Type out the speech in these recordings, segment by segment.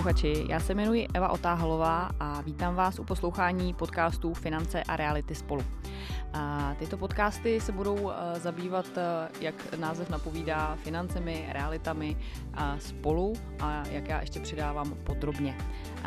posluchači, já se jmenuji Eva Otáhalová a vítám vás u poslouchání podcastů Finance a reality spolu. Tyto podcasty se budou zabývat, jak název napovídá, financemi, realitami spolu a jak já ještě přidávám podrobně.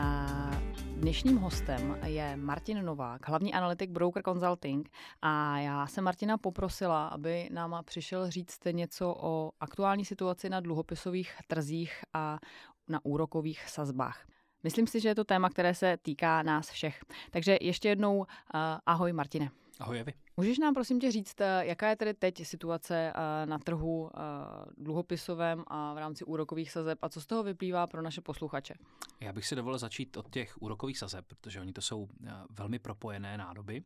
Dnešním hostem je Martin Novák, hlavní analytik Broker Consulting, a já jsem Martina poprosila, aby nám přišel říct něco o aktuální situaci na dluhopisových trzích a na úrokových sazbách. Myslím si, že je to téma, které se týká nás všech. Takže ještě jednou ahoj Martine. Ahoj Evi. Můžeš nám prosím tě říct, jaká je tedy teď situace na trhu dluhopisovém a v rámci úrokových sazeb a co z toho vyplývá pro naše posluchače? Já bych si dovolil začít od těch úrokových sazeb, protože oni to jsou velmi propojené nádoby.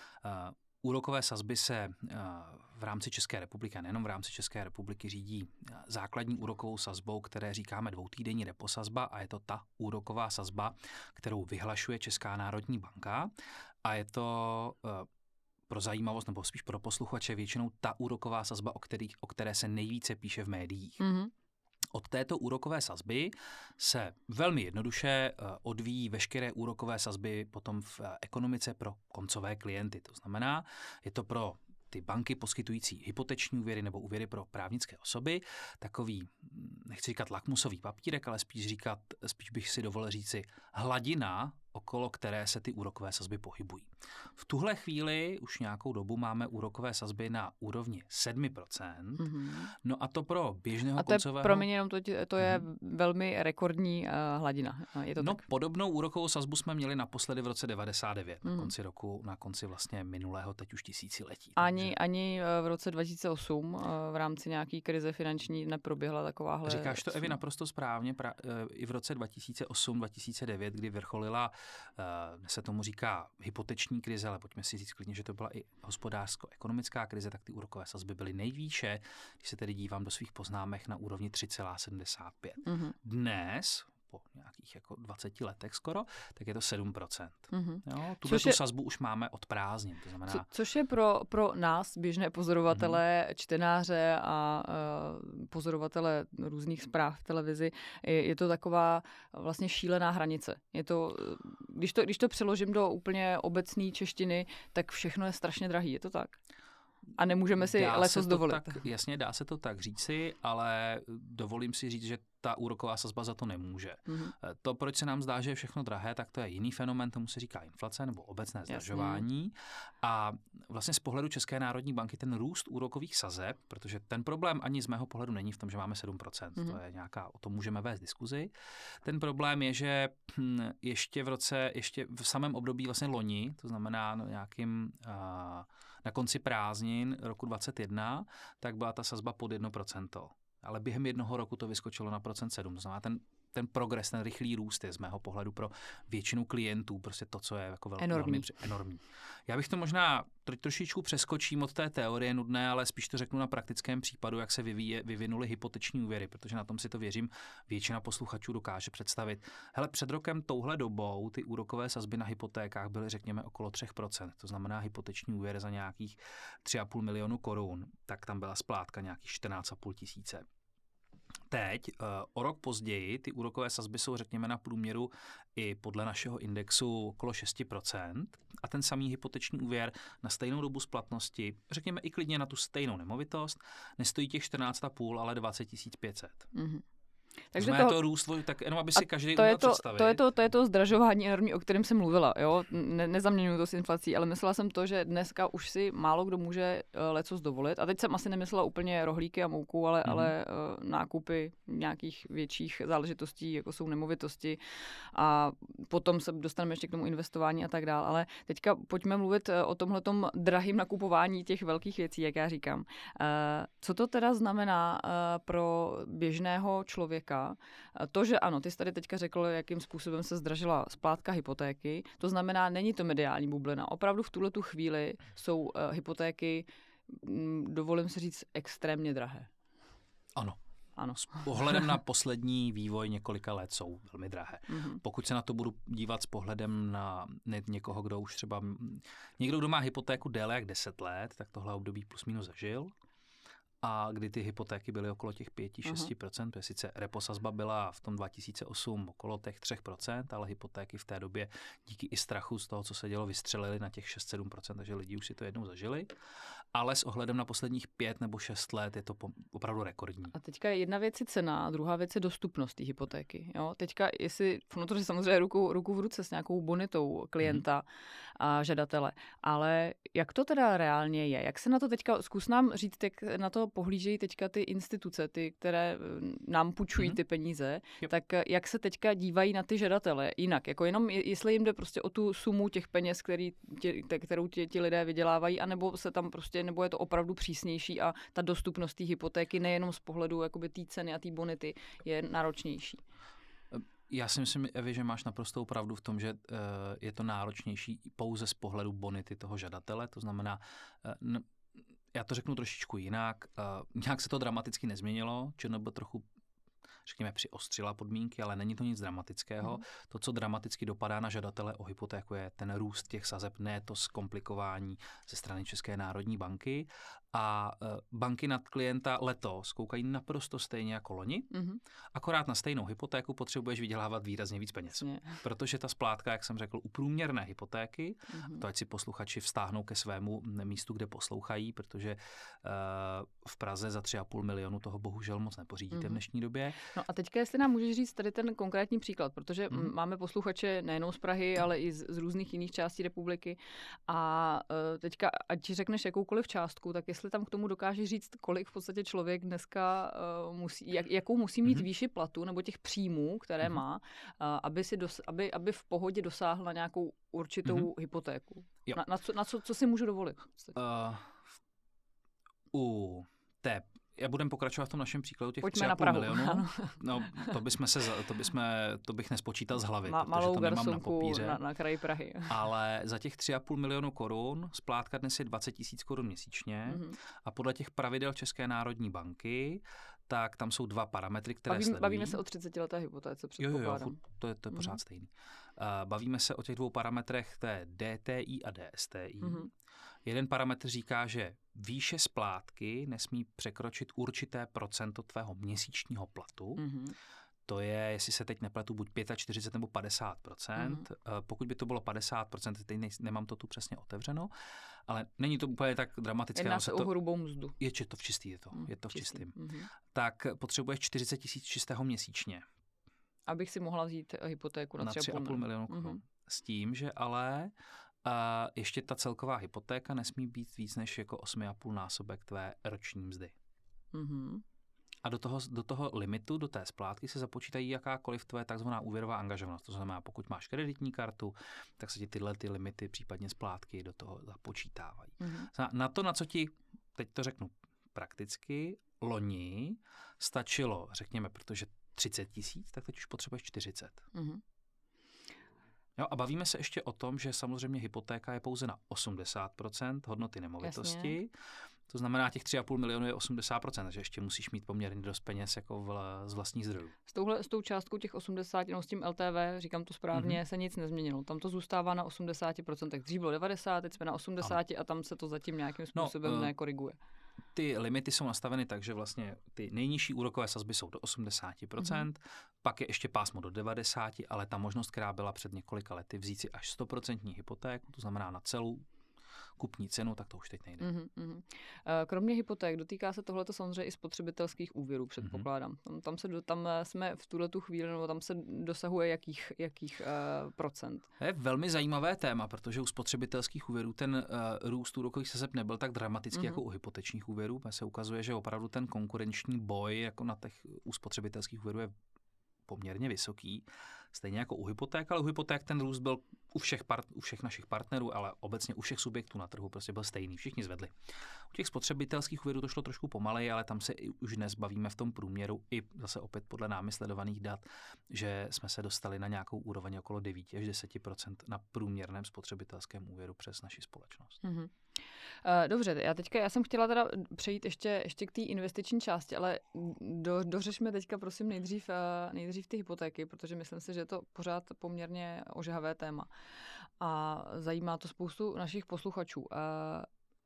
Úrokové sazby se v rámci České republiky, a nejenom v rámci České republiky, řídí základní úrokovou sazbou, které říkáme dvoutýdenní repo sazba, a je to ta úroková sazba, kterou vyhlašuje Česká národní banka, a je to pro zajímavost, nebo spíš pro posluchače, většinou ta úroková sazba, o které se nejvíce píše v médiích. Mm-hmm. Od této úrokové sazby se velmi jednoduše odvíjí veškeré úrokové sazby potom v ekonomice pro koncové klienty. To znamená, je to pro ty banky poskytující hypoteční úvěry nebo úvěry pro právnické osoby takový, nechci říkat lakmusový papírek, ale spíš bych si dovolil říci hladina, okolo které se ty úrokové sazby pohybují. V tuhle chvíli už nějakou dobu máme úrokové sazby na úrovni 7%. Mm-hmm. No a to pro běžného koncového... Promiň, jenom to je velmi rekordní hladina. Je to tak? Podobnou úrokovou sazbu jsme měli naposledy v roce 99, na konci roku, na konci vlastně minulého, teď už tisíciletí. Ani v roce 2008 v rámci nějaký krize finanční neproběhla takováhle... Říkáš to, Evi, naprosto správně. I v roce 2008-2009, kdy vrcholila, se tomu říká hypoteční krize, ale pojďme si říct klidně, že to byla i hospodářsko-ekonomická krize, tak ty úrokové sazby byly nejvýše, když se tedy dívám do svých poznámek, na úrovni 3,75. Mm-hmm. Dnes, po nějakých 20 letech skoro, tak je to 7%. Mm-hmm. Tu sazbu už máme od prázdnin. To znamená... Což je pro nás, běžné pozorovatele, čtenáře a pozorovatele různých zpráv v televizi, je to taková vlastně šílená hranice. Je to, když to přeložím do úplně obecné češtiny, tak všechno je strašně drahý. Je to tak? A nemůžeme si letos dovolit. Jasně, dá se to tak říci, ale dovolím si říct, že ta úroková sazba za to nemůže. Mm-hmm. To, proč se nám zdá, že je všechno drahé, tak to je jiný fenomén, tomu se říká inflace nebo obecné zdražování. Jasně. A vlastně z pohledu České národní banky ten růst úrokových sazeb, protože ten problém ani z mého pohledu není v tom, že máme 7%. Mm-hmm. To je o tom můžeme vést diskuzi. Ten problém je, že ještě v samém období vlastně loni, to znamená na konci prázdnin roku 2021, tak byla ta sazba pod 1%. Ale během jednoho roku to vyskočilo na 7%. To znamená, ten progres, ten rychlý růst je z mého pohledu pro většinu klientů prostě to, co je jako velmi enormní. Já bych to možná trošičku přeskočím od té teorie nudné, ale spíš to řeknu na praktickém případu, jak se vyvinuly hypoteční úvěry, protože na tom si to věřím, většina posluchačů dokáže představit. Hele, před rokem touhle dobou ty úrokové sazby na hypotékách byly, řekněme, okolo 3%. To znamená hypoteční úvěr za nějakých 3,5 milionu korun, tak tam byla splátka nějakých 14,5 tisíce. Teď, o rok později, ty úrokové sazby jsou, řekněme, na průměru i podle našeho indexu okolo 6%, a ten samý hypoteční úvěr na stejnou dobu splatnosti, řekněme i klidně na tu stejnou nemovitost, nestojí těch 14,5, ale 20 500. Mm-hmm. Takže to růst, tak jenom aby si každý uměl představit. To je to zdražování enormní, o kterém jsem mluvila. Jo? Nezaměňuji to s inflací, ale myslela jsem to, že dneska už si málo kdo může lecos dovolit. A teď jsem asi nemyslela úplně rohlíky a mouku, ale nákupy nějakých větších záležitostí, jako jsou nemovitosti. A potom se dostaneme ještě k tomu investování a tak dále. Ale teďka pojďme mluvit o tomhletom drahým nakupování těch velkých věcí, jak já říkám. Co to teda znamená pro běžného člověka? To, že ano, ty jsi tady teďka řekl, jakým způsobem se zdražila splátka hypotéky, to znamená, není to mediální bublina. Opravdu v tuhletu chvíli jsou hypotéky, dovolím si říct, extrémně drahé. Ano. S pohledem na poslední vývoj několika let jsou velmi drahé. Mm-hmm. Pokud se na to budu dívat s pohledem na někoho, kdo už třeba... Někdo, kdo má hypotéku déle jak 10 let, tak tohle období plus minus zažil. a kdy ty hypotéky byly okolo těch 5-6%, protože sice repo sazba byla v tom 2008 okolo těch 3%, ale hypotéky v té době díky i strachu z toho, co se dělo, vystřelily na těch 6-7%, takže lidi už si to jednou zažili. Ale s ohledem na posledních 5 nebo 6 let je to opravdu rekordní. A teďka jedna věc je cena, druhá věc je dostupnost té hypotéky. Jo? Teďka, jestli, no to je samozřejmě ruku v ruce s nějakou bonitou klienta a žadatele, ale jak to teda reálně je? Jak se na to teďka, zkus nám říct, jak na to pohlížejí teďka ty instituce, ty, které nám půjčují ty peníze, tak jak se teďka dívají na ty žadatele jinak? Jako jenom, jestli jim jde prostě o tu sumu těch peněz, kterou ti lidé vydělávají, anebo se tam prostě, nebo je to opravdu přísnější a ta dostupnost té hypotéky nejenom z pohledu jakoby té ceny a té bonity je náročnější? Já si myslím, Evi, že máš naprostou pravdu v tom, že je to náročnější pouze z pohledu bonity toho žadatele. To znamená, já to řeknu trošičku jinak, nějak se to dramaticky nezměnilo, ČNB trochu, řekněme, přiostřila podmínky, ale není to nic dramatického. To, co dramaticky dopadá na žadatele o hypotéku, je ten růst těch sazeb, ne to zkomplikování ze strany České národní banky. A banky nad klienta letos koukají naprosto stejně jako loni, akorát na stejnou hypotéku potřebuješ vydělávat výrazně víc peněz. Protože ta splátka, jak jsem řekl, u průměrné hypotéky, to ať si posluchači vztáhnou ke svému místu, kde poslouchají, protože v Praze za 3,5 milionu toho bohužel moc nepořídíte v dnešní době. No a teďka, jestli nám můžeš říct tady ten konkrétní příklad, protože máme posluchače nejenom z Prahy, ale i z různých jiných částí republiky a teďka, ať ti řekneš jakoukoliv částku, tak jestli tam k tomu dokážeš říct, kolik v podstatě člověk dneska jakou musí mít výši platu nebo těch příjmů, které má, aby v pohodě dosáhl na nějakou určitou hypotéku. Co si můžu dovolit? Já budem pokračovat v tom našem příkladu těch 3,5 milionů. No, to bych nespočítal z hlavy, malou protože to nemám na papíře. Na kraji Prahy. Ale za těch 3,5 milionu korun splátka dnes je 20 000 korun měsíčně a podle těch pravidel České národní banky, tak tam jsou dva parametry, které sledují. Bavíme se o 30leté hypotéce, předpokládám. Jo, to je pořád stejný. Bavíme se o těch dvou parametrech, to je DTI a DSTI. Jeden parametr říká, že výše splátky nesmí překročit určité procento tvého měsíčního platu. To je, jestli se teď nepletu, buď 45 nebo 50%. Pokud by to bylo 50%, teď nemám to tu přesně otevřeno, ale není to úplně tak dramatické. Jedná se o hrubou mzdu. Je to v čistý, je to v čistým. Tak potřebuješ 40 000 čistého měsíčně. Abych si mohla vzít hypotéku na 3,5 milionu korun. S tím, že ale ještě ta celková hypotéka nesmí být víc než jako 8,5 násobek tvé roční mzdy. A do toho limitu, do té splátky se započítají jakákoliv tvoje takzvaná úvěrová angažovanost. To znamená, pokud máš kreditní kartu, tak se ti tyhle ty limity, případně splátky do toho započítávají. Na to, na co ti, teď to řeknu prakticky, loni stačilo, řekněme, protože 30 000, tak teď už potřebuješ 40. Jo, a bavíme se ještě o tom, že samozřejmě hypotéka je pouze na 80% hodnoty nemovitosti. Jasně. To znamená, těch 3,5 milionu je 80%, takže ještě musíš mít poměrně dost peněz jako z vlastních zdrojů. S tou částkou těch 80, no s tím LTV, říkám to správně, se nic nezměnilo. Tam to zůstává na 80%. Dřív bylo 90, teď jsme na 80 a tam se to zatím nějakým způsobem nekoriguje. Ty limity jsou nastaveny tak, že vlastně ty nejnižší úrokové sazby jsou do 80%, pak je ještě pásmo do 90%, ale ta možnost, která byla před několika lety, vzít si až 100% hypotéku, to znamená na celou kupní cenu, tak to už teď nejde. Kromě hypoték dotýká se tohleto samozřejmě i spotřebitelských úvěrů, předpokládám. Tam jsme v tuhletu chvíli, nebo tam se dosahuje jakých procent? To je velmi zajímavé téma, protože u spotřebitelských úvěrů ten růst úrokových sazeb nebyl tak dramatický jako u hypotečních úvěrů. Se ukazuje, že opravdu ten konkurenční boj jako u spotřebitelských úvěrů je poměrně vysoký, stejně jako u hypoték, ale u hypoték ten růst byl u všech našich partnerů, ale obecně u všech subjektů na trhu prostě byl stejný, všichni zvedli. U těch spotřebitelských úvěrů to šlo trošku pomaleji, ale tam se už dnes bavíme v tom průměru i zase opět podle námi sledovaných dat, že jsme se dostali na nějakou úroveň okolo 9 až 10% na průměrném spotřebitelském úvěru přes naši společnost. Dobře, já jsem chtěla teda přejít ještě k té investiční části, ale dořešme teďka prosím nejdřív ty hypotéky, protože myslím si, že je to pořád poměrně ožehavé téma a zajímá to spoustu našich posluchačů.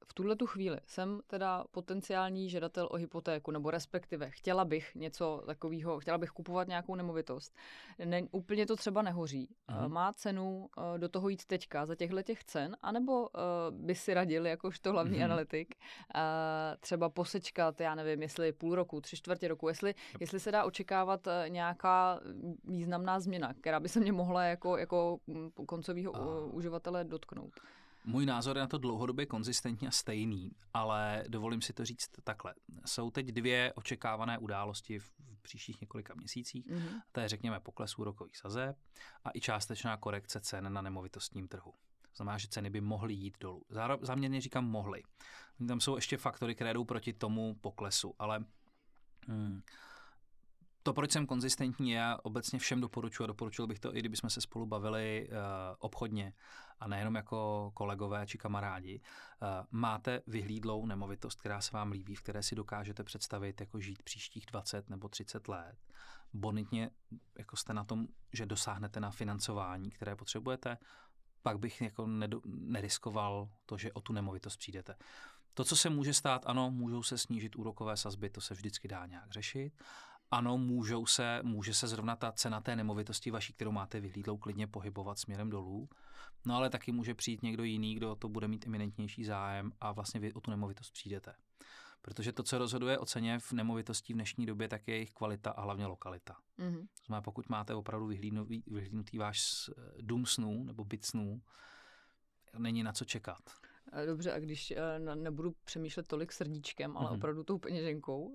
v tuhletu chvíli jsem teda potenciální žadatel o hypotéku, nebo respektive chtěla bych něco takového, chtěla bych kupovat nějakou nemovitost. Úplně to třeba nehoří. Má cenu do toho jít teďka za těch cen, anebo by si radil, jakožto hlavní analytik, třeba posečkat, já nevím, jestli půl roku, 3/4 roku, jestli se dá očekávat nějaká významná změna, která by se mě mohla jako koncového uživatele dotknout. Můj názor je na to dlouhodobě konzistentní a stejný, ale dovolím si to říct takhle. Jsou teď 2 očekávané události v příštích několika měsících. To je, řekněme, pokles úrokových sazeb a i částečná korekce cen na nemovitostním trhu. To znamená, že ceny by mohly jít dolů. Záměrně říkám mohly. Tam jsou ještě faktory, které jdou proti tomu poklesu, ale to, proč jsem konzistentní, já obecně všem doporučuji a doporučil bych to, i kdybychom se spolu bavili obchodně a nejenom jako kolegové či kamarádi. Máte vyhlídlou nemovitost, která se vám líbí, v které si dokážete představit jako žít příštích 20 nebo 30 let. Bonitně jako jste na tom, že dosáhnete na financování, které potřebujete, pak bych jako neriskoval to, že o tu nemovitost přijdete. To, co se může stát, ano, můžou se snížit úrokové sazby, to se vždycky dá nějak řešit. Ano, může se zrovna ta cena té nemovitosti vaší, kterou máte vyhlídlou, klidně pohybovat směrem dolů. No ale taky může přijít někdo jiný, kdo to bude mít eminentnější zájem a vlastně vy o tu nemovitost přijdete. Protože to, co rozhoduje o ceně v nemovitostí v dnešní době, tak je jejich kvalita a hlavně lokalita. To znamená, pokud máte opravdu vyhlídnutý váš dům snů nebo byt snů, není na co čekat. Dobře, a když nebudu přemýšlet tolik srdíčkem, ale opravdu tou peněženkou?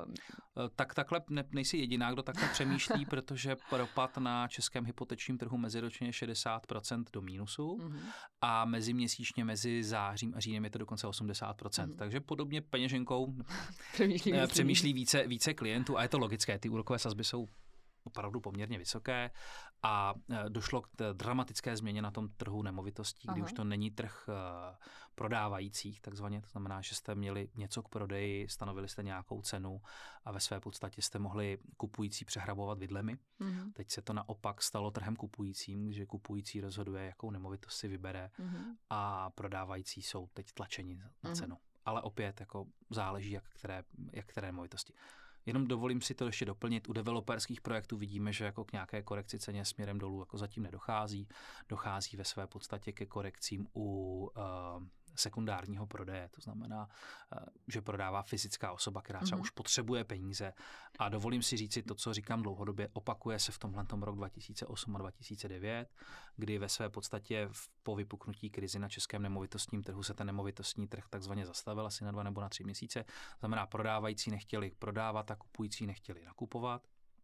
Tak takhle nejsi jediná, kdo takhle přemýšlí, protože propad na českém hypotečním trhu meziročně 60% do mínusu a meziměsíčně mezi zářím a říjnem je to dokonce 80%. Takže podobně peněženkou přemýšlí více klientů a je to logické, ty úrokové sazby jsou opravdu poměrně vysoké a došlo k dramatické změně na tom trhu nemovitostí, kdy už to není trh prodávajících, takzvaně, to znamená, že jste měli něco k prodeji, stanovili jste nějakou cenu a ve své podstatě jste mohli kupující přehrabovat vidlemi. Teď se to naopak stalo trhem kupujícím, že kupující rozhoduje, jakou nemovitost si vybere a prodávající jsou teď tlačeni na cenu. Ale opět jako záleží, jak které nemovitosti. Jenom dovolím si to ještě doplnit. U developerských projektů vidíme, že jako k nějaké korekci ceně směrem dolů jako zatím nedochází. Dochází ve své podstatě ke korekcím u sekundárního prodeje. To znamená, že prodává fyzická osoba, která třeba už potřebuje peníze. A dovolím si říci to, co říkám dlouhodobě, opakuje se v tomhletom rok 2008 a 2009, kdy ve své podstatě po vypuknutí krizi na českém nemovitostním trhu se ten nemovitostní trh takzvaně zastavil asi na 2 nebo na 3 měsíce. To znamená, prodávající nechtěli prodávat a kupující nechtěli nakupovat.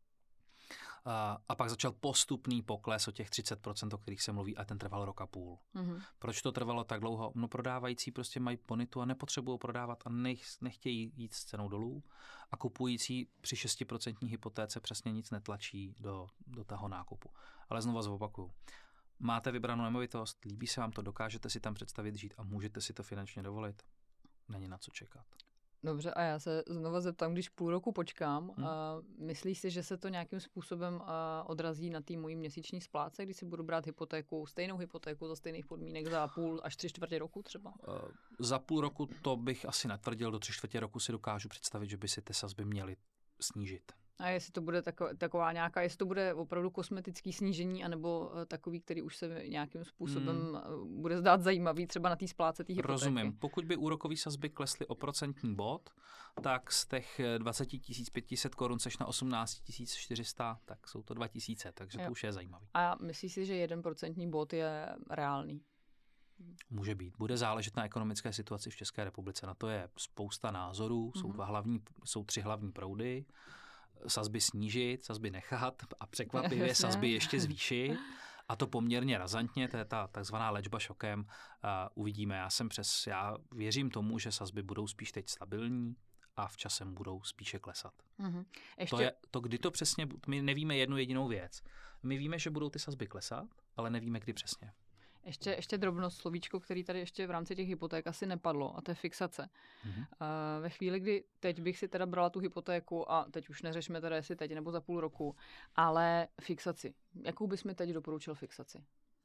A pak začal postupný pokles o těch 30%, o kterých se mluví, a ten trval rok a půl. Proč to trvalo tak dlouho? No, prodávající prostě mají bonitu a nepotřebují prodávat a nechtějí jít s cenou dolů a kupující při 6% hypotéce přesně nic netlačí do toho nákupu. Ale znova zopakuju. Máte vybranou nemovitost, líbí se vám to, dokážete si tam představit žít a můžete si to finančně dovolit? Není na co čekat. Dobře, a já se znova zeptám, když půl roku počkám, myslíš si, že se to nějakým způsobem odrazí na té mojí měsíční splátce, když si budu brát stejnou hypotéku za stejných podmínek za půl až 3/4 roku třeba? Za půl roku to bych asi netvrdil, do 3/4 roku si dokážu představit, že by si ty sazby měly snížit. A jestli to bude taková nějaká, jestli to bude opravdu kosmetický snížení, anebo takový, který už se nějakým způsobem bude zdát zajímavý, třeba na té splátce té hypotéky. Rozumím. Pokud by úrokový sazby klesly o procentní bod, tak z těch 20 500 korun seš na 18 400, tak jsou to 2000, takže to už je zajímavý. A myslíš si, že 1% bod je reálný? Může být. Bude záležet na ekonomické situaci v České republice. Na to je spousta názorů, jsou 3 hlavní proudy. Sazby snížit, sazby nechat a překvapivě sazby ještě zvýšit. A to poměrně razantně, to je ta takzvaná léčba šokem. Uvidíme, já věřím tomu, že sazby budou spíš teď stabilní a v časem budou spíše klesat. Kdy to přesně, my nevíme jednu jedinou věc. My víme, že budou ty sazby klesat, ale nevíme, kdy přesně. Ještě drobnost, slovíčko, který tady ještě v rámci těch hypoték asi nepadlo, a to je fixace. Ve chvíli, kdy teď bych si teda brala tu hypotéku, a teď už neřešme teda, jestli teď nebo za půl roku, ale fixaci. Jakou bys mi teď doporučil fixaci?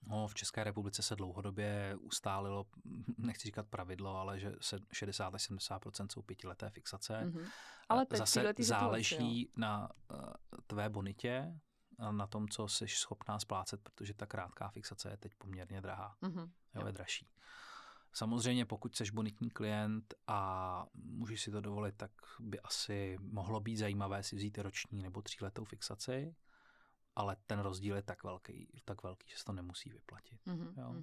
No, v České republice se dlouhodobě ustálilo, nechci říkat pravidlo, ale že 60 až 70% jsou 5leté fixace. Mm-hmm. Ale teď zase záleží situaci, na tvé bonitě a na tom, co jsi schopná splácet, protože ta krátká fixace je teď poměrně drahá. Mm-hmm. Jo, je dražší. Samozřejmě, pokud jsi bonitní klient a můžeš si to dovolit, tak by asi mohlo být zajímavé si vzít roční nebo 3letou fixaci, ale ten rozdíl je tak velký, že se to nemusí vyplatit. Mm-hmm. Jo.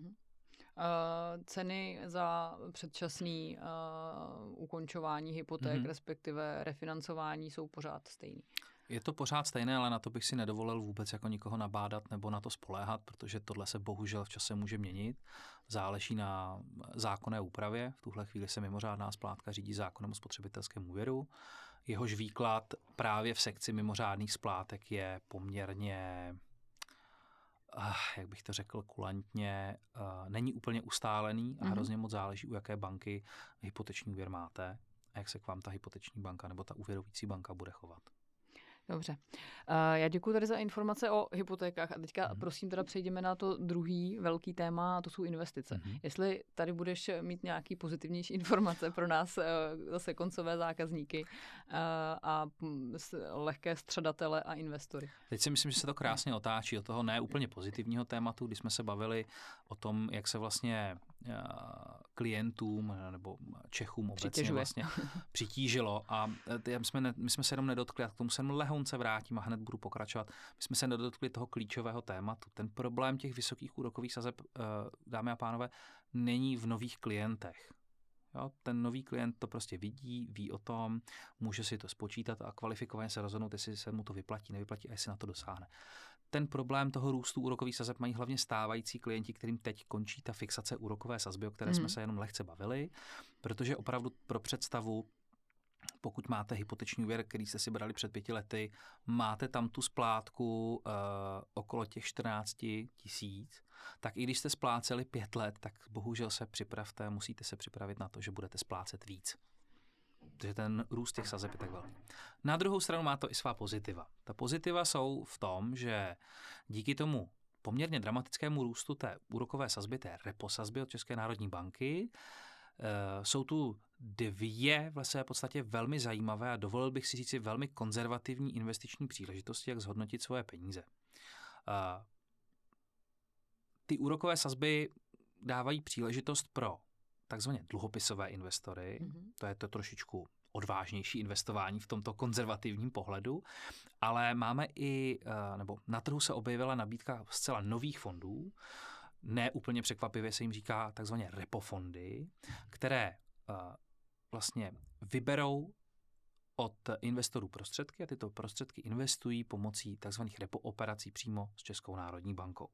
Ceny za předčasné ukončování hypoték, respektive refinancování, jsou pořád stejný. Je to pořád stejné, ale na to bych si nedovolil vůbec jako nikoho nabádat nebo na to spoléhat, protože tohle se bohužel v čase může měnit. Záleží na zákonné úpravě. V tuhle chvíli se mimořádná splátka řídí zákonem o spotřebitelském úvěru. Jehož výklad právě v sekci mimořádných splátek je poměrně, jak bych to řekl kulantně, není úplně ustálený a hrozně moc záleží, u jaké banky hypoteční úvěr máte a jak se k vám ta hypoteční banka nebo ta úvěrující banka bude chovat. Dobře. Já děkuji tady za informace o hypotékách a teďka prosím teda přejdeme na to druhý velký téma, a to jsou investice. Jestli tady budeš mít nějaký pozitivnější informace pro nás, zase koncové zákazníky a lehké střadatele a investory. Teď si myslím, že se to krásně otáčí od toho ne úplně pozitivního tématu, kdy jsme se bavili o tom, jak se vlastně klientům nebo Čechům obecně vlastně přitížilo a my jsme se jenom nedotkli, a k tomu se lehonce vrátím a hned budu pokračovat. My jsme se nedotkli toho klíčového tématu. Ten problém těch vysokých úrokových sazeb, dámy a pánové, není v nových klientech. Jo, ten nový klient to prostě vidí, ví o tom, může si to spočítat a kvalifikovaně se rozhodnout, jestli se mu to vyplatí, nevyplatí a jestli na to dosáhne. Ten problém toho růstu úrokových sazeb mají hlavně stávající klienti, kterým teď končí ta fixace úrokové sazby, o které jsme se jenom lehce bavili, protože opravdu pro představu, pokud máte hypoteční úvěr, který jste si brali před 5 lety, máte tam tu splátku okolo těch 14 000, tak i když jste spláceli 5 let, tak bohužel se připravte, musíte se připravit na to, že budete splácet víc. Protože ten růst těch sazeb je tak velký. Na druhou stranu má to i svá pozitiva. Ta pozitiva jsou v tom, že díky tomu poměrně dramatickému růstu té úrokové sazby, té repo sazby od České národní banky, jsou tu dvě v své podstatě velmi zajímavé a dovolil bych si říct velmi konzervativní investiční příležitosti, jak zhodnotit svoje peníze. Ty úrokové sazby dávají příležitost pro takzvaně dluhopisové investory, to je to trošičku odvážnější investování v tomto konzervativním pohledu, ale máme i, nebo na trhu se objevila nabídka zcela nových fondů, ne úplně překvapivě se jim říká takzvané repo fondy, které vlastně vyberou od investorů prostředky a tyto prostředky investují pomocí takzvaných repo operací přímo s Českou národní bankou.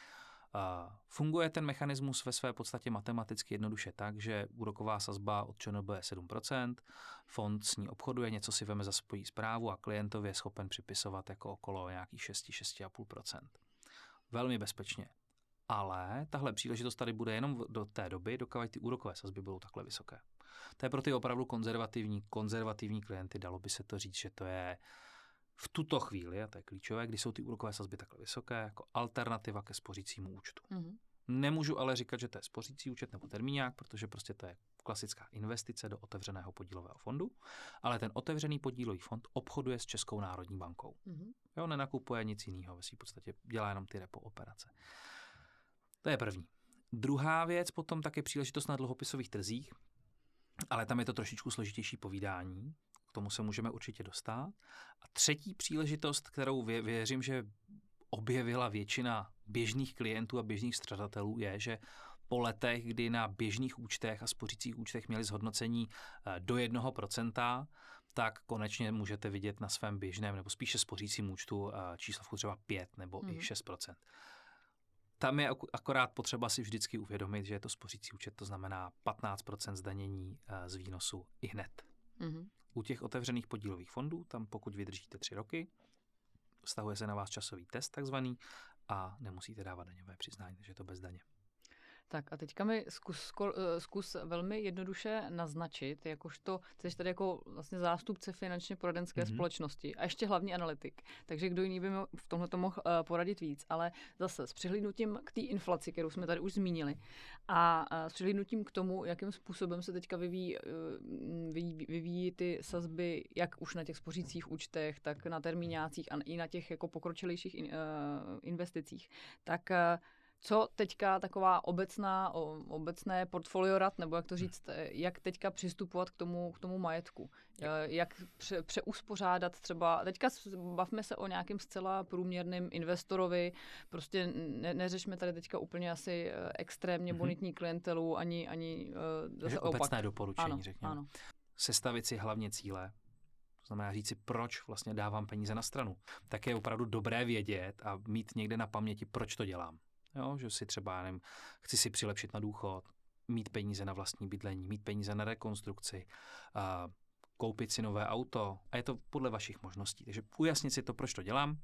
Funguje ten mechanismus ve své podstatě matematicky jednoduše tak, že úroková sazba od ČNB je 7%, fond s ní obchoduje, něco si veme za svoji správu a klientovi je schopen připisovat jako okolo nějakých 6-6,5%. Velmi bezpečně. Ale tahle příležitost tady bude jenom do té doby, dokud ty úrokové sazby budou takhle vysoké. To je pro ty opravdu konzervativní klienty, dalo by se to říct, že to je v tuto chvíli, a to je klíčové, kdy jsou ty úrokové sazby takhle vysoké, jako alternativa ke spořícímu účtu. Nemůžu ale říkat, že to je spořící účet nebo termíňák, protože prostě to je klasická investice do otevřeného podílového fondu, ale ten otevřený podílový fond obchoduje s Českou národní bankou. Jo, nenakupuje nic jiného, ve svým podstatě dělá jenom ty repo operace. To je první. Druhá věc potom také příležitost na dluhopisových trzích, ale tam je to trošičku složitější povídání, k tomu se můžeme určitě dostat. A třetí příležitost, kterou věřím, že objevila většina běžných klientů a běžných střadatelů, je, že po letech, kdy na běžných účtech a spořících účtech měli zhodnocení do 1%, tak konečně můžete vidět na svém běžném nebo spíše spořícím účtu číslovku třeba 5 nebo i 6%. Tam je akorát potřeba si vždycky uvědomit, že je to spořící účet, to znamená 15% zdanění z výnosu i hned. U těch otevřených podílových fondů, tam pokud vydržíte 3 roky, vztahuje se na vás časový test takzvaný a nemusíte dávat daňové přiznání, takže je to bez daně. Tak a teďka mi zkus velmi jednoduše naznačit, jakožto jsi tady jako vlastně zástupce finančně poradenské společnosti a ještě hlavní analytik. Takže kdo jiný by mi v tomhle to mohl poradit víc, ale zase s přihlédnutím k té inflaci, kterou jsme tady už zmínili, a s přihlédnutím k tomu, jakým způsobem se teďka vyvíjí ty sazby, jak už na těch spořících účtech, tak na termíňácích a i na těch jako pokročilejších investicích, tak co teďka taková obecné portfolio rad, nebo jak to říct, jak teďka přistupovat k tomu majetku? Jak přeuspořádat třeba, teďka bavme se o nějakém zcela průměrném investorovi, prostě neřešme tady teďka úplně asi extrémně bonitní klientelu, ani zase obecné doporučení, ano, řekněme. Ano. Sestavit si hlavně cíle, to znamená říct si, proč vlastně dávám peníze na stranu. Tak je opravdu dobré vědět a mít někde na paměti, proč to dělám. Jo, že si třeba, nevím, chci si přilepšit na důchod, mít peníze na vlastní bydlení, mít peníze na rekonstrukci, koupit si nové auto a je to podle vašich možností. Takže ujasnit si to, proč to dělám.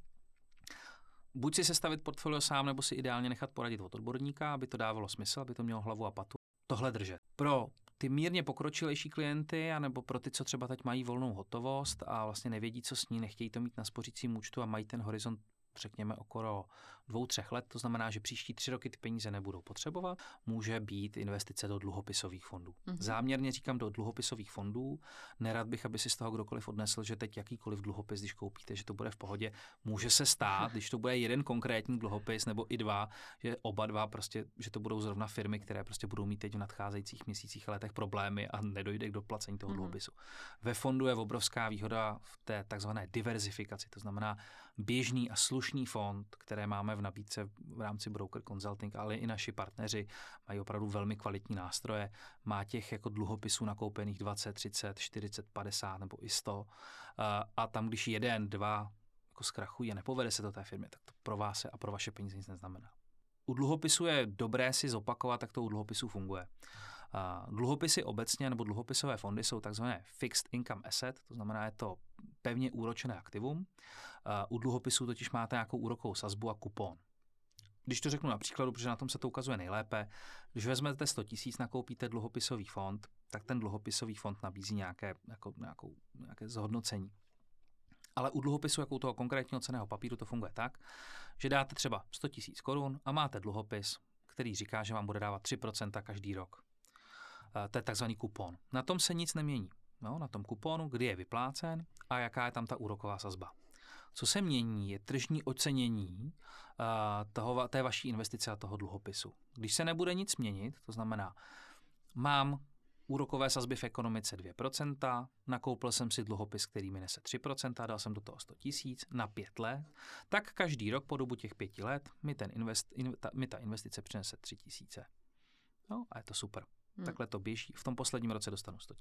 Buď si sestavit portfolio sám, nebo si ideálně nechat poradit od odborníka, aby to dávalo smysl, aby to mělo hlavu a patu. Tohle držet. Pro ty mírně pokročilejší klienty, anebo pro ty, co třeba teď mají volnou hotovost a vlastně nevědí, co s ní, nechtějí to mít na spořícím účtu a mají ten horizont řekněme okolo 2-3 let, to znamená, že příští 3 roky ty peníze nebudou potřebovat, může být investice do dluhopisových fondů. Záměrně říkám do dluhopisových fondů, nerad bych, aby si z toho kdokoliv odnesl, že teď jakýkoliv dluhopis, když koupíte, že to bude v pohodě. Může se stát, když to bude jeden konkrétní dluhopis nebo i dva, že oba dva prostě, že to budou zrovna firmy, které prostě budou mít teď v nadcházejících měsících a letech problémy a nedojde k doplacení toho dluhopisu. Ve fondu je obrovská výhoda v té takzvané diverzifikaci, to znamená běžný a slušný fond, které máme v nabídce v rámci Broker Consulting, ale i naši partneři mají opravdu velmi kvalitní nástroje. Má těch jako dluhopisů nakoupených 20, 30, 40, 50 nebo i 100. A tam, když 1, 2 jako zkrachují a nepovede se to té firmě, tak to pro vás a pro vaše peníze nic neznamená. U dluhopisu je dobré si zopakovat, jak to u dluhopisů funguje. Dluhopisy obecně nebo dluhopisové fondy jsou takzvané fixed income asset, to znamená, je to pevně úročené aktivum. U dluhopisů totiž máte nějakou úrokovou sazbu a kupon. Když to řeknu na příkladu, protože na tom se to ukazuje nejlépe, když vezmete 100 000, nakoupíte dluhopisový fond, tak ten dluhopisový fond nabízí nějaké zhodnocení. Ale u dluhopisu, jako u toho konkrétního cenného papíru, to funguje tak, že dáte třeba 100 000 korun a máte dluhopis, který říká, že vám bude dávat 3% každý rok. To je takzvaný kupon. Na tom se nic nemění. No, na tom kuponu, kdy je vyplácen a jaká je tam ta úroková sazba. Co se mění, je tržní ocenění té vaší investice a toho dluhopisu. Když se nebude nic měnit, to znamená, mám úrokové sazby v ekonomice 2%, nakoupil jsem si dluhopis, který mi nese 3%, dal jsem do toho 100 000 na 5 let, tak každý rok po dobu těch 5 let mi ta investice přinese 3 000. No, a je to super. Takhle to běží. V tom posledním roce dostanu 100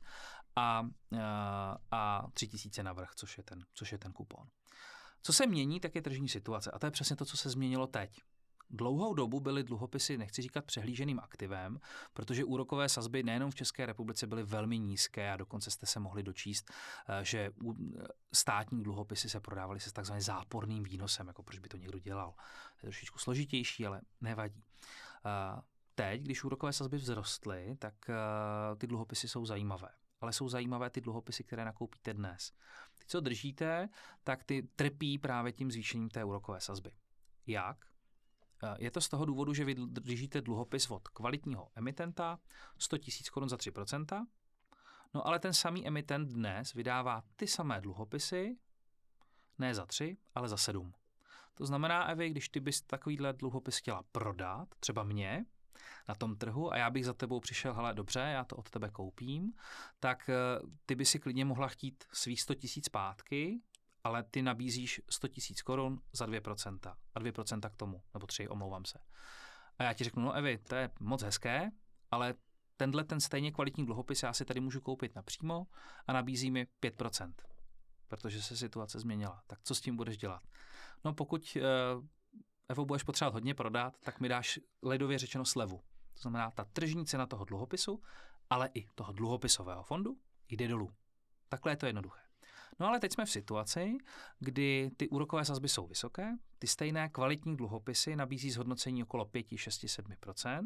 000 a 3 000 navrch, což je ten kupon. Co se mění, tak je tržní situace. A to je přesně to, co se změnilo teď. Dlouhou dobu byly dluhopisy, nechci říkat přehlíženým aktivem, protože úrokové sazby nejenom v České republice byly velmi nízké a dokonce jste se mohli dočíst, že státní dluhopisy se prodávaly se s takzvaným záporným výnosem, jako proč by to někdo dělal. Je trošičku složitější, ale nevadí. Teď, když úrokové sazby vzrostly, tak ty dluhopisy jsou zajímavé. Ale jsou zajímavé ty dluhopisy, které nakoupíte dnes. Ty, co držíte, tak ty trpí právě tím zvýšením té úrokové sazby. Jak? Je to z toho důvodu, že vy držíte dluhopis od kvalitního emitenta 100 000 korun za 3%, no ale ten samý emitent dnes vydává ty samé dluhopisy, ne za 3, ale za 7. To znamená, Evi, když ty bys takovýhle dluhopis chtěla prodat, třeba mě, na tom trhu a já bych za tebou přišel, hele, dobře, já to od tebe koupím, tak ty by si klidně mohla chtít svých 100 000 zpátky, ale ty nabízíš 100 000 korun za 2% a 2% k tomu, nebo 3, omlouvám se. A já ti řeknu, no Evi, to je moc hezké, ale ten stejně kvalitní dluhopis já si tady můžu koupit napřímo a nabízí mi 5%, protože se situace změnila. Tak co s tím budeš dělat? No pokud Evo, budeš potřebovat hodně prodat, tak mi dáš lidově řečeno slevu. To znamená, ta tržní cena toho dluhopisu, ale i toho dluhopisového fondu jde dolů. Takhle je to jednoduché. No ale teď jsme v situaci, kdy ty úrokové sazby jsou vysoké, ty stejné kvalitní dluhopisy nabízí zhodnocení okolo 5, 6, 7%,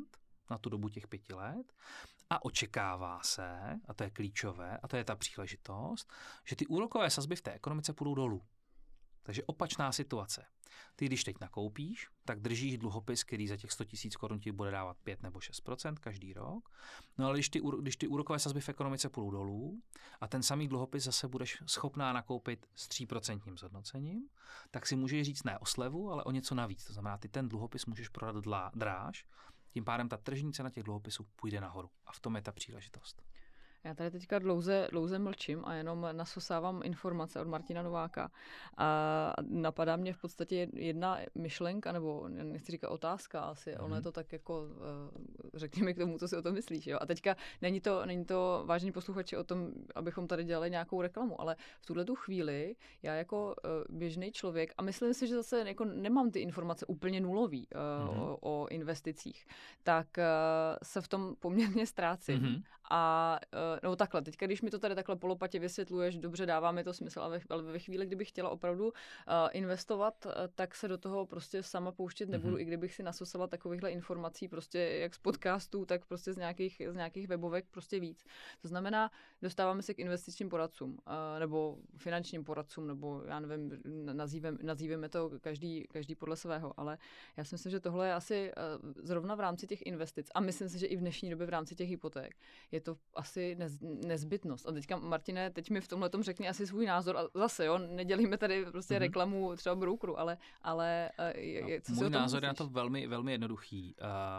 na tu dobu těch 5 let a očekává se, a to je klíčové, a to je ta příležitost, že ty úrokové sazby v té ekonomice půjdou dolů. Takže opačná situace. Ty, když teď nakoupíš, tak držíš dluhopis, který za těch 100 000 korun ti bude dávat 5 nebo 6% každý rok. No ale když ty úrokové sazby v ekonomice půjdou dolů a ten samý dluhopis zase budeš schopná nakoupit s 3% zhodnocením, tak si můžeš říct ne o slevu, ale o něco navíc. To znamená, ty ten dluhopis můžeš prodat dráž, tím pádem ta tržní cena těch dluhopisů půjde nahoru. A v tom je ta příležitost. Já tady teďka dlouze mlčím a jenom nasosávám informace od Martina Nováka. A napadá mě v podstatě jedna myšlenka, nebo nechci říkat otázka asi, ono je to tak jako, řekni mi k tomu, co si o tom myslíš. Jo? A teďka není to vážení posluchači o tom, abychom tady dělali nějakou reklamu, ale v tuhletu chvíli já jako běžný člověk, a myslím si, že zase jako nemám ty informace úplně nulový o investicích, tak se v tom poměrně ztrácím. A no takhle, teďka, když mi to tady takhle polopatě vysvětluješ, dobře, dává mi to smysl, ale ve chvíli, kdybych chtěla opravdu investovat, tak se do toho prostě sama pouštět nebudu, i kdybych si nasosala takovýchhle informací prostě jak z podcastů, tak prostě z nějakých webovek prostě víc. To znamená, dostáváme se k investičním poradcům, nebo finančním poradcům, nebo já nevím, nazýváme to každý podle svého, ale já si myslím, že tohle je asi zrovna v rámci těch investic a myslím si, že i v dnešní době v rámci těch hypoték je to asi nezbytnost. A teďka, Martine, teď mi v tomhletom řekni asi svůj názor. A zase, jo, nedělíme tady prostě reklamu třeba brokeru, ale co si o tom můj názor myslíš? je na to velmi, velmi jednoduchý.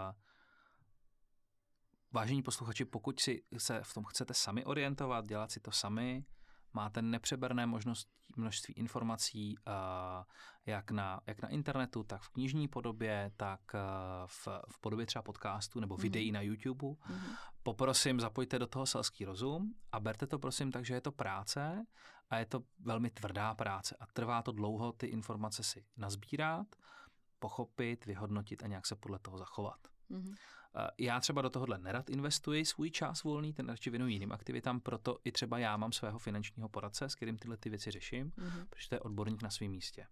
Vážení posluchači, pokud si se v tom chcete sami orientovat, dělat si to sami, máte nepřeberné množství informací, jak na internetu, tak v knižní podobě, tak v podobě třeba podcastu nebo videí na YouTube. Poprosím, zapojte do toho selský rozum a berte to prosím tak, že je to práce a je to velmi tvrdá práce a trvá to dlouho ty informace si nazbírat, pochopit, vyhodnotit a nějak se podle toho zachovat. Já třeba do tohohle nerad investuji svůj čas volný, ten radši věnuji jiným aktivitám, proto i třeba já mám svého finančního poradce, s kterým tyhle ty věci řeším, protože to je odborník na svém místě.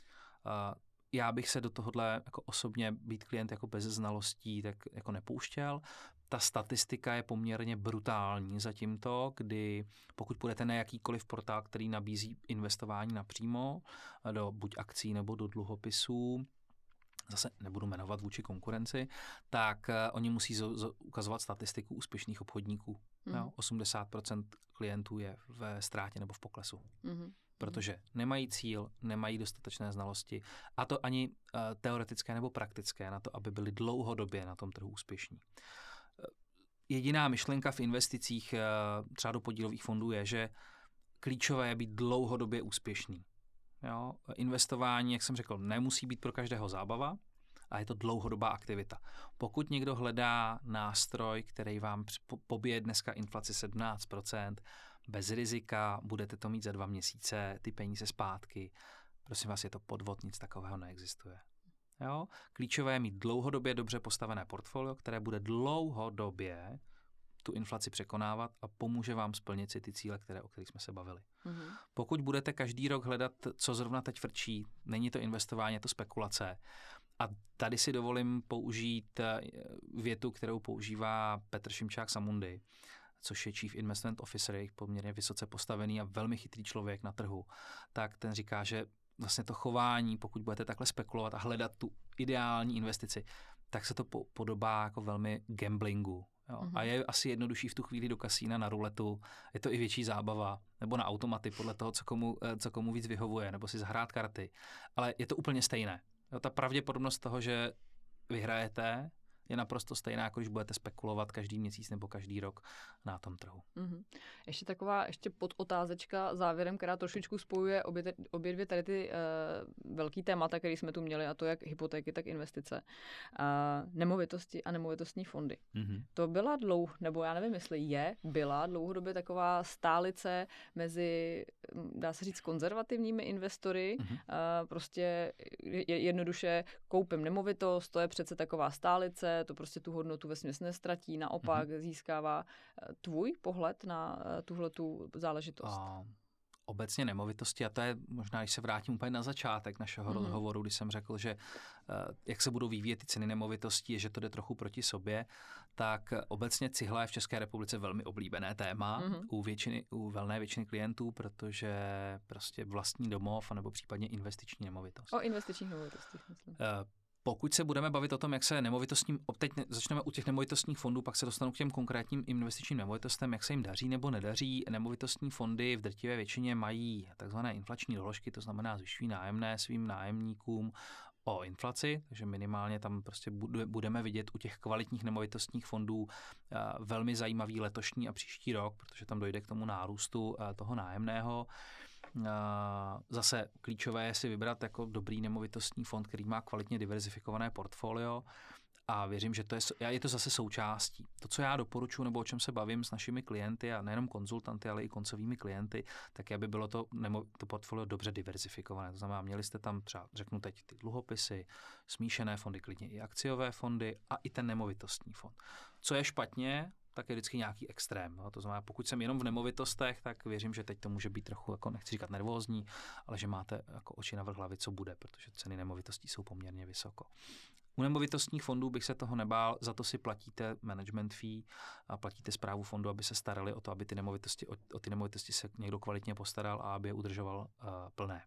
Já bych se do tohohle jako osobně být klient jako bez znalostí tak jako nepouštěl. Ta statistika je poměrně brutální za tímto, kdy pokud půjdete na jakýkoliv portál, který nabízí investování napřímo do buď akcí nebo do dluhopisů, zase nebudu jmenovat vůči konkurenci, tak oni musí ukazovat statistiku úspěšných obchodníků. Jo? 80% klientů je ve ztrátě nebo v poklesu. Protože nemají cíl, nemají dostatečné znalosti a to ani teoretické nebo praktické na to, aby byli dlouhodobě na tom trhu úspěšní. Jediná myšlenka v investicích třeba do podílových fondů je, že klíčové je být dlouhodobě úspěšný. Jo? Investování, jak jsem řekl, nemusí být pro každého zábava, a je to dlouhodobá aktivita. Pokud někdo hledá nástroj, který vám pobije dneska inflaci 17%, bez rizika, budete to mít za 2 měsíce, ty peníze zpátky, prosím vás, je to podvod, nic takového neexistuje. Jo? Klíčové je mít dlouhodobě dobře postavené portfolio, které bude dlouhodobě tu inflaci překonávat a pomůže vám splnit si ty cíle, o kterých jsme se bavili. Pokud budete každý rok hledat, co zrovna teď frčí, není to investování, je to spekulace. A tady si dovolím použít větu, kterou používá Petr Šimčák Samundy, což je Chief Investment Officer, jejich poměrně vysoce postavený a velmi chytrý člověk na trhu. Tak ten říká, že vlastně to chování, pokud budete takhle spekulovat a hledat tu ideální investici, tak se to podobá jako velmi gamblingu. Jo? A je asi jednodušší v tu chvíli do kasína na ruletu, je to i větší zábava, nebo na automaty podle toho, co komu víc vyhovuje, nebo si zahrát karty. Ale je to úplně stejné. Jo? Ta pravděpodobnost toho, že vyhrajete, je naprosto stejná, jako když budete spekulovat každý měsíc nebo každý rok na tom trhu. Ještě podotázečka závěrem, která trošičku spojuje obě dvě tady ty velký témata, které jsme tu měli, a to jak hypotéky, tak investice. Nemovitosti a nemovitostní fondy. To byla nebo já nevím, jestli byla dlouhodobě taková stálice mezi, dá se říct, konzervativními investory. Prostě jednoduše koupím nemovitost, to je přece taková stálice, to prostě tu hodnotu vesměs nestratí, naopak získává tvůj pohled na tuhletu záležitost. obecně nemovitosti, a to je možná, když se vrátím úplně na začátek našeho rozhovoru, kdy jsem řekl, že jak se budou vyvíjet ty ceny nemovitostí, že to jde trochu proti sobě, tak obecně cihla je v České republice velmi oblíbené téma u valné většiny klientů, protože prostě vlastní domov nebo případně investiční nemovitost. O investičních nemovitostích, myslím. Pokud se budeme bavit o tom, jak se teď začneme u těch nemovitostních fondů, pak se dostanu k těm konkrétním investičním nemovitostem, jak se jim daří nebo nedaří. Nemovitostní fondy v drtivé většině mají takzvané inflační doložky, to znamená zvyšují nájemné svým nájemníkům o inflaci, takže minimálně tam prostě budeme vidět u těch kvalitních nemovitostních fondů velmi zajímavý letošní a příští rok, protože tam dojde k tomu nárůstu toho nájemného. Zase klíčové je si vybrat jako dobrý nemovitostní fond, který má kvalitně diverzifikované portfolio, a věřím, že je to zase součástí. To, co já doporučuji, nebo o čem se bavím s našimi klienty, a nejenom konzultanty, ale i koncovými klienty, tak aby bylo to portfolio dobře diverzifikované. To znamená, měli jste tam třeba, řeknu teď, ty dluhopisy, smíšené fondy, klidně i akciové fondy a i ten nemovitostní fond. Co je špatně, tak je vždycky nějaký extrém. No? To znamená, pokud jsem jenom v nemovitostech, tak věřím, že teď to může být trochu, jako nechci říkat nervózní, ale že máte jako oči na vrch hlavy, co bude, protože ceny nemovitostí jsou poměrně vysoko. U nemovitostních fondů bych se toho nebál, za to si platíte management fee a platíte správu fondu, aby se starali o to, aby o ty nemovitosti se někdo kvalitně postaral a aby je udržoval plné.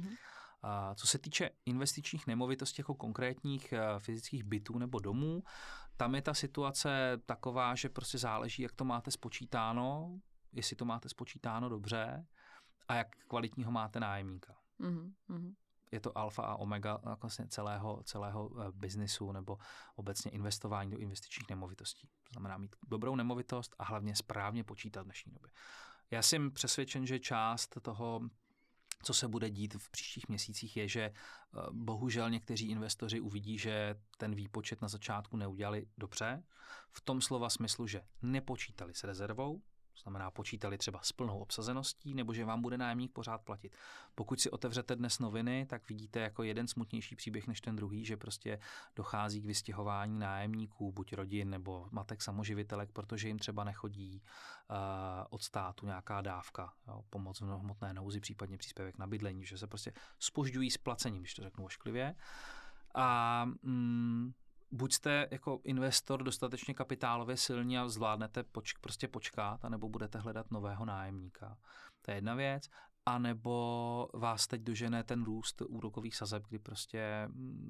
Co se týče investičních nemovitostí jako konkrétních fyzických bytů nebo domů, tam je ta situace taková, že prostě záleží, jak to máte spočítáno, jestli to máte spočítáno dobře a jak kvalitního máte nájemníka. Je to alfa a omega vlastně celého biznisu nebo obecně investování do investičních nemovitostí. To znamená mít dobrou nemovitost a hlavně správně počítat v dnešní době. Já jsem přesvědčen, že část toho, co se bude dít v příštích měsících, je, že bohužel někteří investoři uvidí, že ten výpočet na začátku neudělali dobře. V tom slova smyslu, že nepočítali s rezervou, to znamená počítali třeba s plnou obsazeností, nebo že vám bude nájemník pořád platit. Pokud si otevřete dnes noviny, tak vidíte jako jeden smutnější příběh než ten druhý, že prostě dochází k vystěhování nájemníků, buď rodin nebo matek samoživitelek, protože jim třeba nechodí od státu nějaká dávka, pomoc v hmotné nouzi, případně příspěvek na bydlení, že se prostě zpožďují s placením, když to řeknu ošklivě. A buď jste jako investor dostatečně kapitálově silní a zvládnete prostě počkat, anebo budete hledat nového nájemníka. To je jedna věc. A nebo vás teď dožene ten růst úrokových sazeb, kdy prostě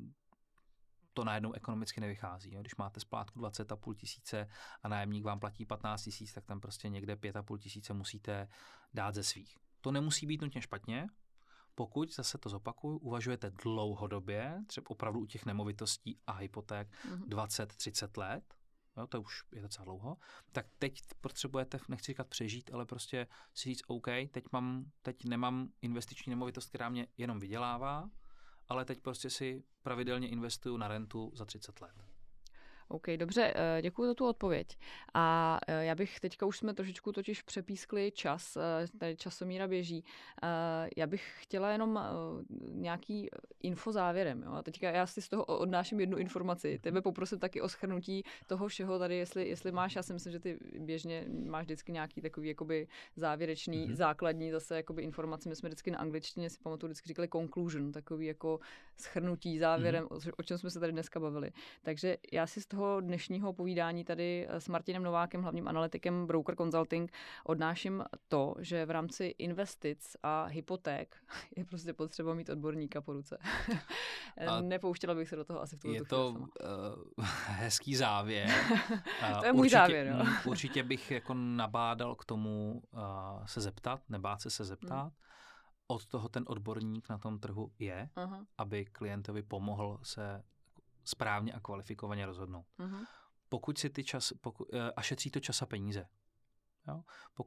to najednou ekonomicky nevychází. Když máte splátku 20,5 tisíce a nájemník vám platí 15 tisíc, tak tam prostě někde 5,5 tisíce musíte dát ze svých. To nemusí být nutně špatně, pokud, zase to zopakuju, uvažujete dlouhodobě, třeba opravdu u těch nemovitostí a hypoték 20-30 let, jo, to už je docela dlouho, tak teď potřebujete, nechci říkat přežít, ale prostě si říct, OK, teď nemám investiční nemovitost, která mě jenom vydělává, ale teď prostě si pravidelně investuju na rentu za 30 let. OK, dobře, děkuji za tu odpověď. A já bych, teďka už jsme trošičku totiž přepískli čas, tady časomíra běží. Já bych chtěla jenom nějaký info závěrem. Jo? A teďka já si z toho odnáším jednu informaci. Tebe poprosím taky o shrnutí toho všeho tady, jestli máš, já si myslím, že ty běžně máš vždycky nějaký takový jakoby závěrečný, základní zase jakoby informace. My jsme vždycky na angličtině, si pamatuju, vždycky říkali conclusion, takový jako shrnutí závěrem, o čem jsme se tady dneska bavili. Takže já si z toho dnešního povídání tady s Martinem Novákem, hlavním analytikem Broker Consulting, odnáším to, že v rámci investic a hypoték je prostě potřeba mít odborníka po ruce. Nepouštěla bych se do toho asi v tuto chvíli sama. Je to hezký závěr. To je můj závěr. Jo. Určitě bych jako nabádal k tomu se zeptat, nebát se zeptat. Od toho ten odborník na tom trhu je, aby klientovi pomohl se správně a kvalifikovaně rozhodnout. Pokud si a šetří to čas a peníze. Jo?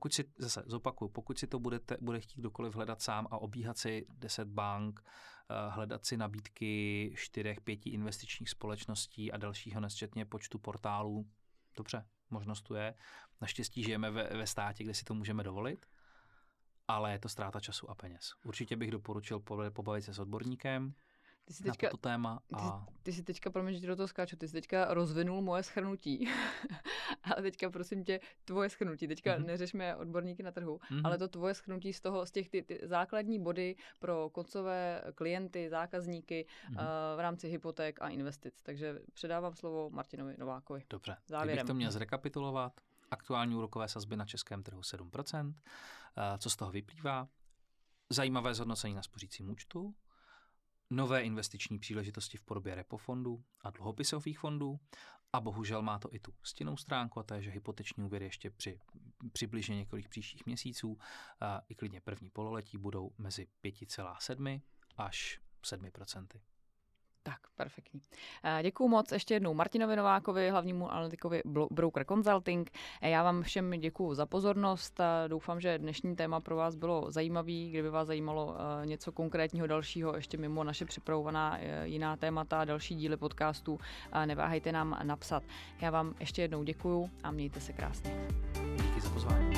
Pokud si to bude chtít kdokoliv hledat sám a obíhat si 10 bank, hledat si nabídky 4-5 investičních společností a dalšího nesčetně počtu portálů, dobře, možnost tu je. Naštěstí žijeme ve státě, kde si to můžeme dovolit, ale je to ztráta času a peněz. Určitě bych doporučil pobavit se s odborníkem. na toto téma. Ty si teďka, promiň, že do toho skáču, ty jsi teďka rozvinul moje shrnutí. Ale teďka prosím tě, tvoje shrnutí. Teďka neřešme odborníky na trhu, ale to tvoje shrnutí z těch ty základní body pro koncové klienty, zákazníky v rámci hypoték a investic. Takže předávám slovo Martinovi Novákovi. Dobře, závěrem. Kdybych to měl zrekapitulovat, aktuální úrokové sazby na českém trhu 7%. Co z toho vyplývá? Zajímavé zhodnocení na spořícím účtu, nové investiční příležitosti v podobě repo-fondů a dluhopisových fondů a bohužel má to i tu stinnou stránku, a to je, že hypoteční úvěry ještě při přibližně několik příštích měsíců i klidně první pololetí budou mezi 5,7 až 7%. Tak, perfektní. Děkuju moc ještě jednou Martinovi Novákovi, hlavnímu analytikovi Broker Consulting. Já vám všem děkuju za pozornost. Doufám, že dnešní téma pro vás bylo zajímavý. Kdyby vás zajímalo něco konkrétního dalšího, ještě mimo naše připravovaná jiná témata, další díly podcastu, neváhejte nám napsat. Já vám ještě jednou děkuju a mějte se krásně. Díky za pozvání.